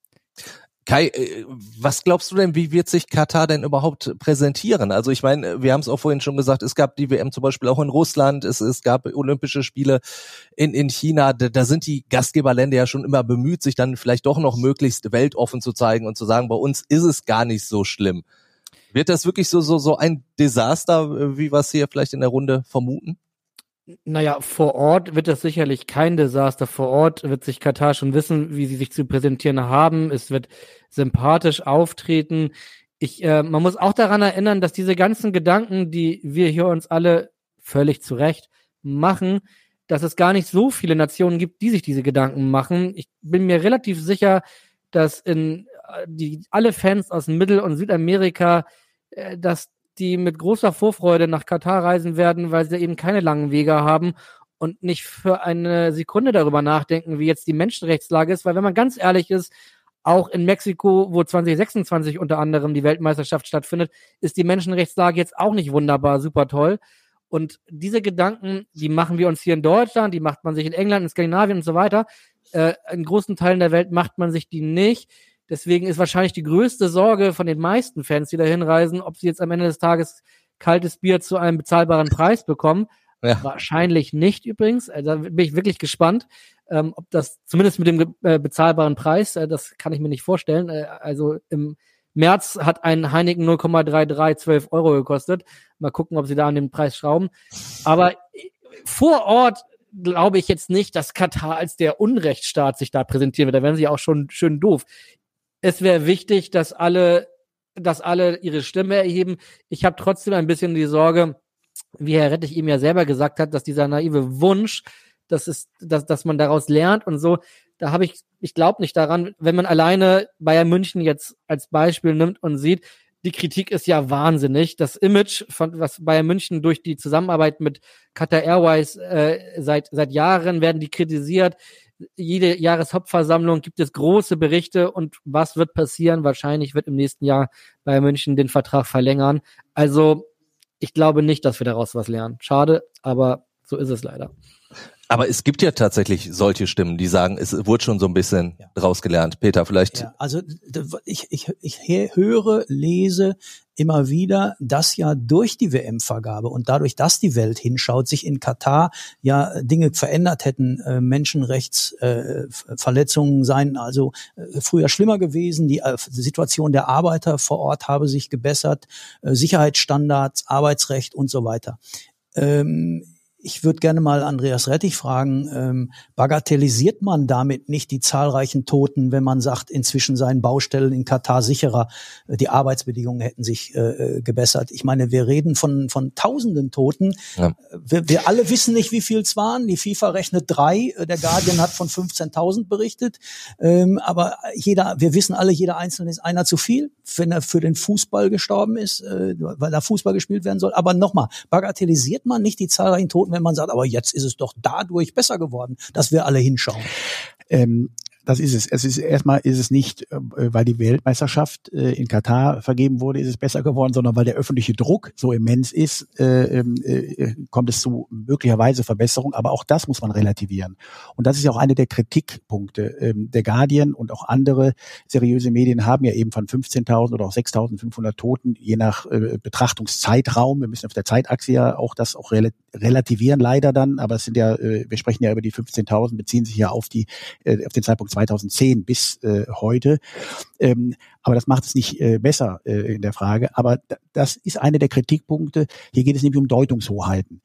Kai, was glaubst du denn, wie wird sich Katar denn überhaupt präsentieren? Also ich meine, wir haben es auch vorhin schon gesagt, es gab die WM zum Beispiel auch in Russland, es gab Olympische Spiele in China, da sind die Gastgeberländer ja schon immer bemüht, sich dann vielleicht doch noch möglichst weltoffen zu zeigen und zu sagen, bei uns ist es gar nicht so schlimm. Wird das wirklich so ein Desaster, wie wir es hier vielleicht in der Runde vermuten? Naja, vor Ort wird das sicherlich kein Desaster. Vor Ort wird sich Katar schon wissen, wie sie sich zu präsentieren haben. Es wird sympathisch auftreten. Man muss auch daran erinnern, dass diese ganzen Gedanken, die wir hier uns alle völlig zu Recht machen, dass es gar nicht so viele Nationen gibt, die sich diese Gedanken machen. Ich bin mir relativ sicher, dass alle Fans aus Mittel- und Südamerika, dass die mit großer Vorfreude nach Katar reisen werden, weil sie eben keine langen Wege haben und nicht für eine Sekunde darüber nachdenken, wie jetzt die Menschenrechtslage ist, weil wenn man ganz ehrlich ist, auch in Mexiko, wo 2026 unter anderem die Weltmeisterschaft stattfindet, ist die Menschenrechtslage jetzt auch nicht wunderbar, super toll. Und diese Gedanken, die machen wir uns hier in Deutschland, die macht man sich in England, in Skandinavien und so weiter. In großen Teilen der Welt macht man sich die nicht. Deswegen ist wahrscheinlich die größte Sorge von den meisten Fans, die da hinreisen, ob sie jetzt am Ende des Tages kaltes Bier zu einem bezahlbaren Preis bekommen. Ja. Wahrscheinlich nicht übrigens. Da bin ich wirklich gespannt, ob das zumindest mit dem bezahlbaren Preis, das kann ich mir nicht vorstellen. Also im März hat ein Heineken 0,33 12 € gekostet. Mal gucken, ob sie da an den Preis schrauben. Aber vor Ort glaube ich jetzt nicht, dass Katar als der Unrechtsstaat sich da präsentieren wird. Da wären sie auch schon schön doof. Es wäre wichtig, dass alle ihre Stimme erheben. Ich habe trotzdem ein bisschen die Sorge, wie Herr Rettich eben ja selber gesagt hat, dass dieser naive Wunsch, dass man daraus lernt und so, da habe ich glaube nicht daran, wenn man alleine Bayern München jetzt als Beispiel nimmt und sieht, die Kritik ist ja wahnsinnig. Das Image von was Bayern München durch die Zusammenarbeit mit Qatar Airways seit Jahren werden die kritisiert. Jede Jahreshauptversammlung gibt es große Berichte und was wird passieren? Wahrscheinlich wird im nächsten Jahr Bayern München den Vertrag verlängern. Also ich glaube nicht, dass wir daraus was lernen. Schade, aber so ist es leider. Aber es gibt ja tatsächlich solche Stimmen, die sagen, es wurde schon so ein bisschen draus gelernt. Peter, vielleicht. Ja, also ich höre, lese immer wieder, dass ja durch die WM-Vergabe und dadurch, dass die Welt hinschaut, sich in Katar ja Dinge verändert hätten. Menschenrechtsverletzungen seien also früher schlimmer gewesen. Die Situation der Arbeiter vor Ort habe sich gebessert. Sicherheitsstandards, Arbeitsrecht und so weiter. Ich würde gerne mal Andreas Rettich fragen, bagatellisiert man damit nicht die zahlreichen Toten, wenn man sagt, inzwischen seien Baustellen in Katar sicherer, die Arbeitsbedingungen hätten sich gebessert? Ich meine, wir reden von Tausenden Toten. Ja. Wir alle wissen nicht, wie viel es waren. Die FIFA rechnet 3, der Guardian hat von 15.000 berichtet. Aber wir wissen alle, jeder Einzelne ist einer zu viel, wenn er für den Fußball gestorben ist, weil da Fußball gespielt werden soll. Aber nochmal, bagatellisiert man nicht die zahlreichen Toten, wenn man sagt, aber jetzt ist es doch dadurch besser geworden, dass wir alle hinschauen? Das ist es. Erstmal ist es nicht, weil die Weltmeisterschaft in Katar vergeben wurde, ist es besser geworden, sondern weil der öffentliche Druck so immens ist, kommt es zu möglicherweise Verbesserung. Aber auch das muss man relativieren. Und das ist ja auch eine der Kritikpunkte. Der Guardian und auch andere seriöse Medien haben ja eben von 15.000 oder auch 6.500 Toten, je nach Betrachtungszeitraum. Wir müssen auf der Zeitachse ja auch das auch relativieren, leider dann. Aber es sind ja, wir sprechen ja über die 15.000, beziehen sich ja auf den Zeitpunkt 2010 bis heute. Aber das macht es nicht besser in der Frage. Aber das ist einer der Kritikpunkte. Hier geht es nämlich um Deutungshoheiten.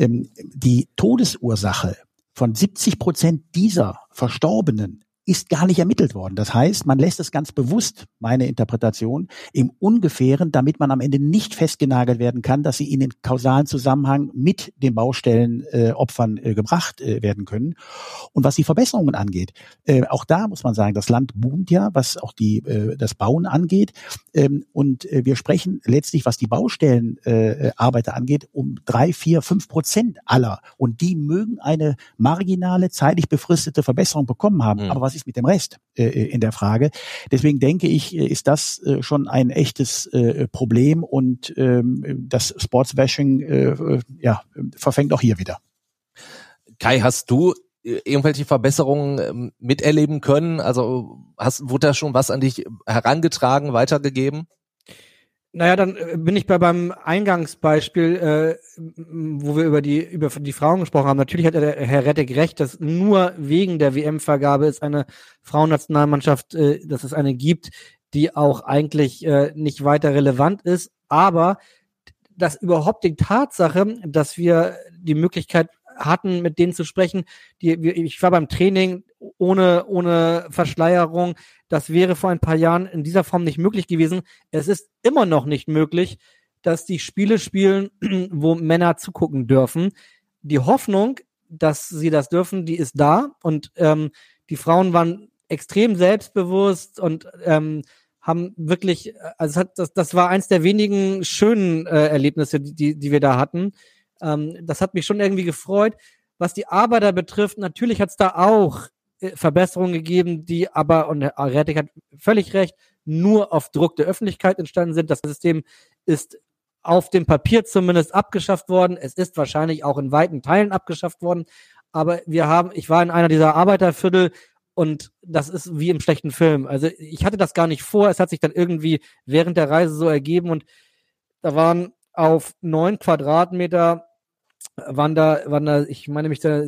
Die Todesursache von 70% dieser Verstorbenen ist gar nicht ermittelt worden. Das heißt, man lässt es ganz bewusst, meine Interpretation, im Ungefähren, damit man am Ende nicht festgenagelt werden kann, dass sie in den kausalen Zusammenhang mit den Baustellenopfern gebracht werden können. Und was die Verbesserungen angeht, auch da muss man sagen, das Land boomt ja, was auch das Bauen angeht. Und wir sprechen letztlich, was die Baustellenarbeiter angeht, um 3, 4, 5% aller. Und die mögen eine marginale, zeitlich befristete Verbesserung bekommen haben. Aber was ist mit dem Rest in der Frage? Deswegen denke ich, ist das schon ein echtes Problem und das Sportsbashing verfängt auch hier wieder. Kai, hast du irgendwelche Verbesserungen miterleben können? Also wurde da schon was an dich herangetragen, weitergegeben? Naja, dann bin ich beim Eingangsbeispiel, wo wir über die Frauen gesprochen haben. Natürlich hat der Herr Rettich recht, dass nur wegen der WM-Vergabe es eine Frauennationalmannschaft, dass es eine gibt, die auch eigentlich nicht weiter relevant ist. Aber dass überhaupt die Tatsache, dass wir die Möglichkeit hatten, mit denen zu sprechen, ich war beim Training ohne Verschleierung, das wäre vor ein paar Jahren in dieser Form nicht möglich gewesen. Es ist immer noch nicht möglich, dass die Spiele spielen, wo Männer zugucken dürfen. Die Hoffnung, dass sie das dürfen, die ist da und die Frauen waren extrem selbstbewusst und haben wirklich, also das war eins der wenigen schönen Erlebnisse, die wir da hatten. Das hat mich schon irgendwie gefreut. Was die Arbeiter betrifft, natürlich hat es da auch Verbesserungen gegeben, die aber, und Herr Rettich hat völlig recht, nur auf Druck der Öffentlichkeit entstanden sind. Das System ist auf dem Papier zumindest abgeschafft worden. Es ist wahrscheinlich auch in weiten Teilen abgeschafft worden. Aber ich war in einer dieser Arbeiterviertel und das ist wie im schlechten Film. Also ich hatte das gar nicht vor. Es hat sich dann irgendwie während der Reise so ergeben und da waren auf 9 Quadratmeter waren da, ich meine mich da,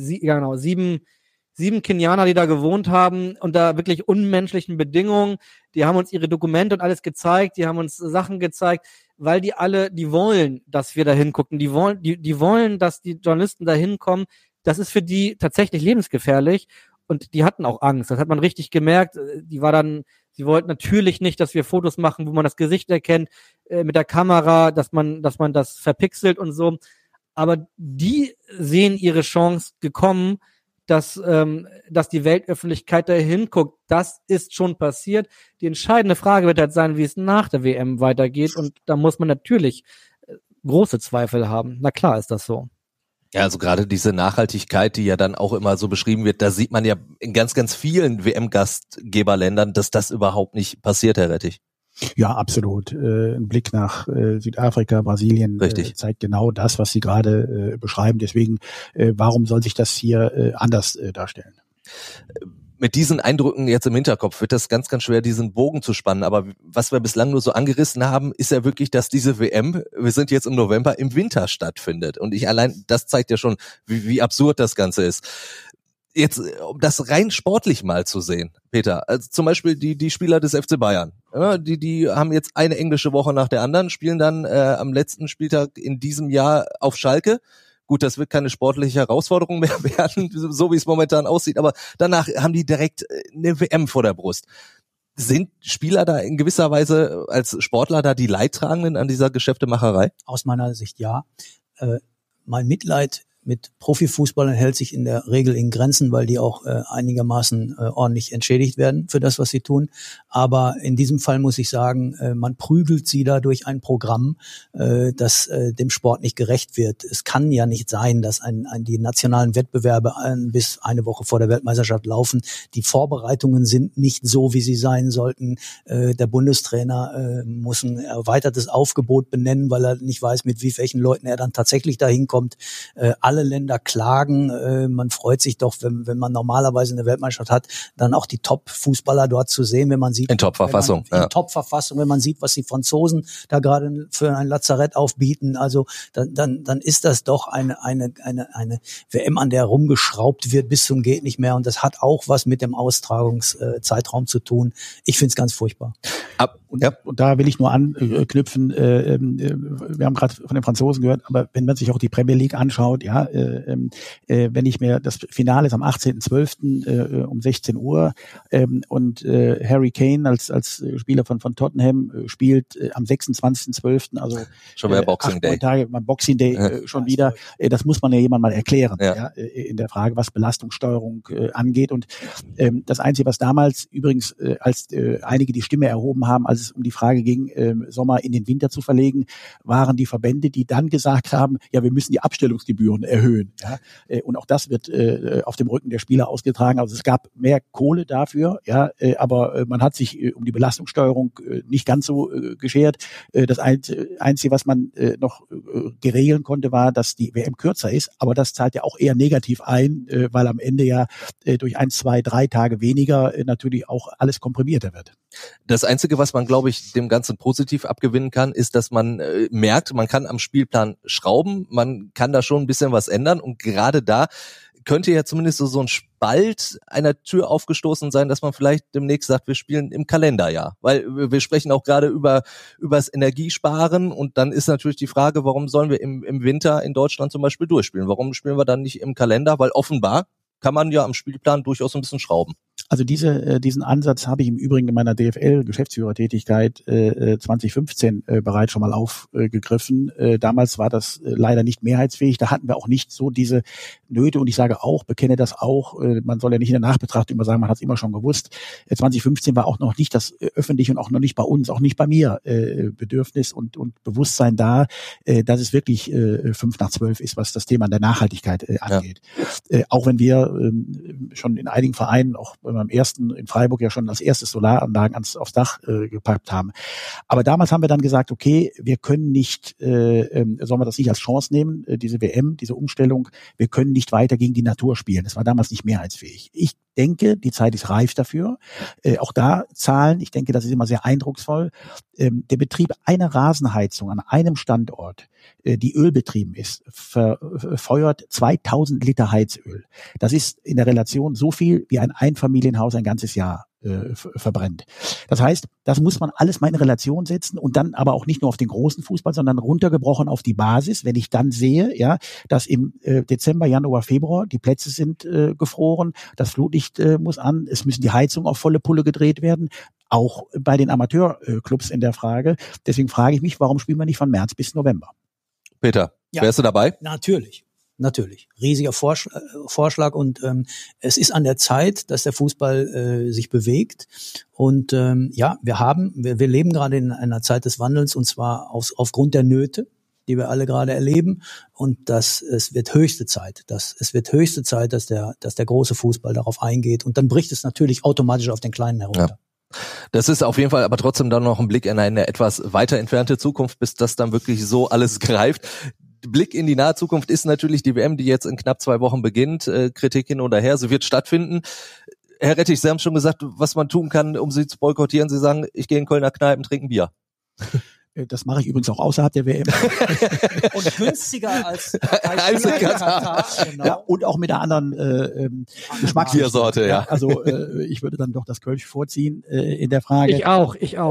7 Kenianer, die da gewohnt haben, unter wirklich unmenschlichen Bedingungen. Die haben uns ihre Dokumente und alles gezeigt, die haben uns Sachen gezeigt, weil die wollen, dass wir da hingucken. Die wollen, dass die Journalisten da hinkommen, das ist für die tatsächlich lebensgefährlich und die hatten auch Angst. Das hat man richtig gemerkt. Sie wollten natürlich nicht, dass wir Fotos machen, wo man das Gesicht erkennt, mit der Kamera, dass man das verpixelt und so. Aber die sehen ihre Chance gekommen, dass die Weltöffentlichkeit da hinguckt. Das ist schon passiert. Die entscheidende Frage wird halt sein, wie es nach der WM weitergeht. Und da muss man natürlich große Zweifel haben. Na klar ist das so. Ja, also gerade diese Nachhaltigkeit, die ja dann auch immer so beschrieben wird, da sieht man ja in ganz, ganz vielen WM-Gastgeberländern, dass das überhaupt nicht passiert, Herr Rettich. Ja, absolut. Ein Blick nach Südafrika, Brasilien zeigt genau das, was Sie gerade beschreiben. Deswegen, warum soll sich das hier anders darstellen? Mit diesen Eindrücken jetzt im Hinterkopf wird das ganz, ganz schwer, diesen Bogen zu spannen. Aber was wir bislang nur so angerissen haben, ist ja wirklich, dass diese WM, wir sind jetzt im November, im Winter stattfindet. Und das zeigt ja schon, wie absurd das Ganze ist. Jetzt, um das rein sportlich mal zu sehen, Peter, also zum Beispiel die Spieler des FC Bayern, ja, die haben jetzt eine englische Woche nach der anderen, spielen dann am letzten Spieltag in diesem Jahr auf Schalke. Gut, das wird keine sportliche Herausforderung mehr werden, so wie es momentan aussieht, aber danach haben die direkt eine WM vor der Brust. Sind Spieler da in gewisser Weise als Sportler da die Leidtragenden an dieser Geschäftemacherei? Aus meiner Sicht ja. Mein Mitleid mit Profifußballern hält sich in der Regel in Grenzen, weil die auch einigermaßen ordentlich entschädigt werden für das, was sie tun. Aber in diesem Fall muss ich sagen, man prügelt sie da durch ein Programm, das dem Sport nicht gerecht wird. Es kann ja nicht sein, dass die nationalen Wettbewerbe bis eine Woche vor der Weltmeisterschaft laufen. Die Vorbereitungen sind nicht so, wie sie sein sollten. Der Bundestrainer muss ein erweitertes Aufgebot benennen, weil er nicht weiß, mit welchen Leuten er dann tatsächlich dahin kommt. Alle Länder klagen. Man freut sich doch, wenn man normalerweise eine Weltmeisterschaft hat, dann auch die Top-Fußballer dort zu sehen, wenn man sieht. In Top-Verfassung. In Top-Verfassung, wenn man sieht, was die Franzosen da gerade für ein Lazarett aufbieten. Also dann ist das doch eine WM, an der rumgeschraubt wird bis zum geht nicht mehr. Und das hat auch was mit dem Austragungszeitraum zu tun. Ich finde es ganz furchtbar. Und da will ich nur anknüpfen. Wir haben gerade von den Franzosen gehört, aber wenn man sich auch die Premier League anschaut, ja, wenn ich mir das Finale ist am 18.12. Um 16 Uhr und Harry Kane als Spieler von Tottenham spielt am 26.12., also schon wieder Boxing Day. Tage beim Boxing Day schon wieder. Das muss man ja jemand mal erklären, ja, in der Frage, was Belastungssteuerung angeht. Und das Einzige, was damals übrigens als einige die Stimme erhoben haben, als es um die Frage ging, Sommer in den Winter zu verlegen, waren die Verbände, die dann gesagt haben, ja, wir müssen die Abstellungsgebühren erhöhen. Ja? Und auch das wird auf dem Rücken der Spieler ausgetragen. Also es gab mehr Kohle dafür, ja, aber man hat sich um die Belastungssteuerung nicht ganz so geschert. Das Einzige, was man noch geregeln konnte, war, dass die WM kürzer ist, aber das zahlt ja auch eher negativ ein, weil am Ende ja durch 1, 2, 3 Tage weniger natürlich auch alles komprimierter wird. Das Einzige, was man, glaube ich, dem Ganzen positiv abgewinnen kann, ist, dass man merkt, man kann am Spielplan schrauben, man kann da schon ein bisschen was ändern und gerade da könnte ja zumindest so ein Spalt einer Tür aufgestoßen sein, dass man vielleicht demnächst sagt, wir spielen im Kalenderjahr, weil wir sprechen auch gerade übers Energiesparen und dann ist natürlich die Frage, warum sollen wir im Winter in Deutschland zum Beispiel durchspielen? Warum spielen wir dann nicht im Kalender? Weil offenbar kann man ja am Spielplan durchaus ein bisschen schrauben. Also diesen Ansatz habe ich im Übrigen in meiner DFL-Geschäftsführertätigkeit 2015 bereits schon mal aufgegriffen. Damals war das leider nicht mehrheitsfähig. Da hatten wir auch nicht so diese Nöte. Und ich sage auch, bekenne das auch, man soll ja nicht in der Nachbetrachtung immer sagen, man hat es immer schon gewusst. 2015 war auch noch nicht das öffentliche und auch noch nicht bei uns, auch nicht bei mir Bedürfnis und Bewusstsein da, dass es wirklich 5/12 ist, was das Thema der Nachhaltigkeit angeht. Ja. Auch wenn wir schon in einigen Vereinen, auch beim ersten in Freiburg ja schon als erstes Solaranlagen aufs Dach gepackt haben. Aber damals haben wir dann gesagt, okay, wir können nicht, sollen wir das nicht als Chance nehmen, diese WM, diese Umstellung, wir können nicht weiter gegen die Natur spielen. Das war damals nicht mehrheitsfähig. Ich denke, die Zeit ist reif dafür. Auch da Zahlen, ich denke, das ist immer sehr eindrucksvoll. Der Betrieb einer Rasenheizung an einem Standort, die ölbetrieben ist, verfeuert 2000 Liter Heizöl. Das ist in der Relation so viel wie ein Einfamilienhaus ein ganzes Jahr verbrennt. Das heißt, das muss man alles mal in Relation setzen und dann aber auch nicht nur auf den großen Fußball, sondern runtergebrochen auf die Basis. Wenn ich dann sehe, ja, dass im Dezember, Januar, Februar die Plätze sind gefroren, das Flutlicht muss an, es müssen die Heizungen auf volle Pulle gedreht werden, auch bei den Amateurclubs in der Frage. Deswegen frage ich mich, warum spielen wir nicht von März bis November? Peter, wärst du dabei? Natürlich. Riesiger Vorschlag und es ist an der Zeit, dass der Fußball sich bewegt. Und wir leben gerade in einer Zeit des Wandels und zwar aufgrund der Nöte, die wir alle gerade erleben. Und es wird höchste Zeit, dass der große Fußball darauf eingeht. Und dann bricht es natürlich automatisch auf den Kleinen herunter. Ja. Das ist auf jeden Fall aber trotzdem dann noch ein Blick in eine etwas weiter entfernte Zukunft, bis das dann wirklich so alles greift. Blick in die nahe Zukunft ist natürlich die WM, die jetzt in knapp 2 Wochen beginnt. Kritik hin oder her, sie wird stattfinden. Herr Rettich, Sie haben schon gesagt, was man tun kann, um sie zu boykottieren. Sie sagen, ich gehe in Kölner Kneipen, trinken Bier. Das mache ich übrigens auch außerhalb der WM. Und günstiger als in Katar. Genau. Ja, und auch mit einer anderen Geschmacksbiersorte, ja. Also ich würde dann doch das Kölsch vorziehen in der Frage. Ich auch.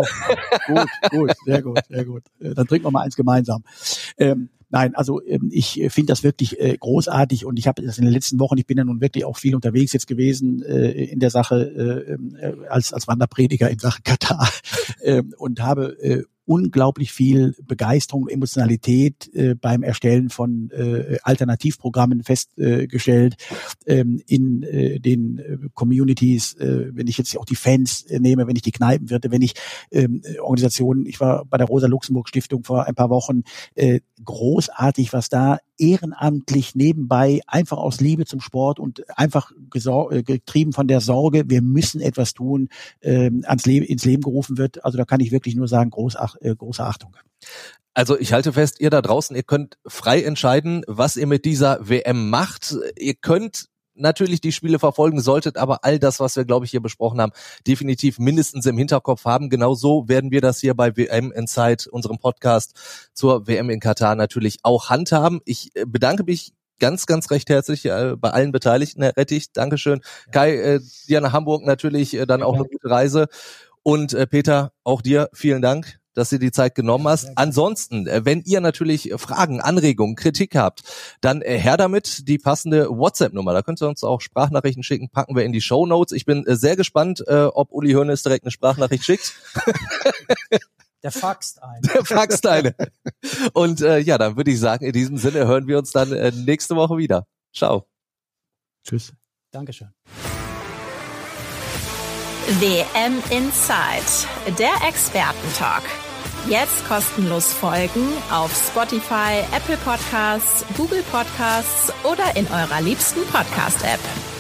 Gut, sehr gut. Dann trinken wir mal eins gemeinsam. Nein, also ich finde das wirklich großartig und ich habe das in den letzten Wochen, ich bin ja nun wirklich auch viel unterwegs jetzt gewesen in der Sache als Wanderprediger in Sachen Katar und habe unglaublich viel Begeisterung und Emotionalität beim Erstellen von Alternativprogrammen festgestellt in den Communities, wenn ich jetzt auch die Fans nehme, wenn ich die Kneipenwirte, wenn ich Organisationen, ich war bei der Rosa-Luxemburg-Stiftung vor ein paar Wochen, großartig, was da ehrenamtlich nebenbei einfach aus Liebe zum Sport und einfach getrieben von der Sorge, wir müssen etwas tun, ins Leben gerufen wird. Also da kann ich wirklich nur sagen, große Achtung. Also ich halte fest, ihr da draußen, ihr könnt frei entscheiden, was ihr mit dieser WM macht. Ihr könnt natürlich die Spiele verfolgen, solltet aber all das, was wir, glaube ich, hier besprochen haben, definitiv mindestens im Hinterkopf haben. Genau so werden wir das hier bei WM Inside, unserem Podcast zur WM in Katar, natürlich auch handhaben. Ich bedanke mich ganz, ganz recht herzlich bei allen Beteiligten, Herr Rettich, Dankeschön. Ja. Kai, dir nach Hamburg natürlich dann auch eine gute Reise. Und Peter, auch dir vielen Dank, dass du die Zeit genommen hast. Ansonsten, wenn ihr natürlich Fragen, Anregungen, Kritik habt, dann her damit, die passende WhatsApp-Nummer. Da könnt ihr uns auch Sprachnachrichten schicken, packen wir in die Shownotes. Ich bin sehr gespannt, ob Uli Hoeneß direkt eine Sprachnachricht schickt. Der faxt eine. Und dann würde ich sagen, in diesem Sinne hören wir uns dann nächste Woche wieder. Ciao. Tschüss. Dankeschön. WM Inside, der Expertentalk. Jetzt kostenlos folgen auf Spotify, Apple Podcasts, Google Podcasts oder in eurer liebsten Podcast-App.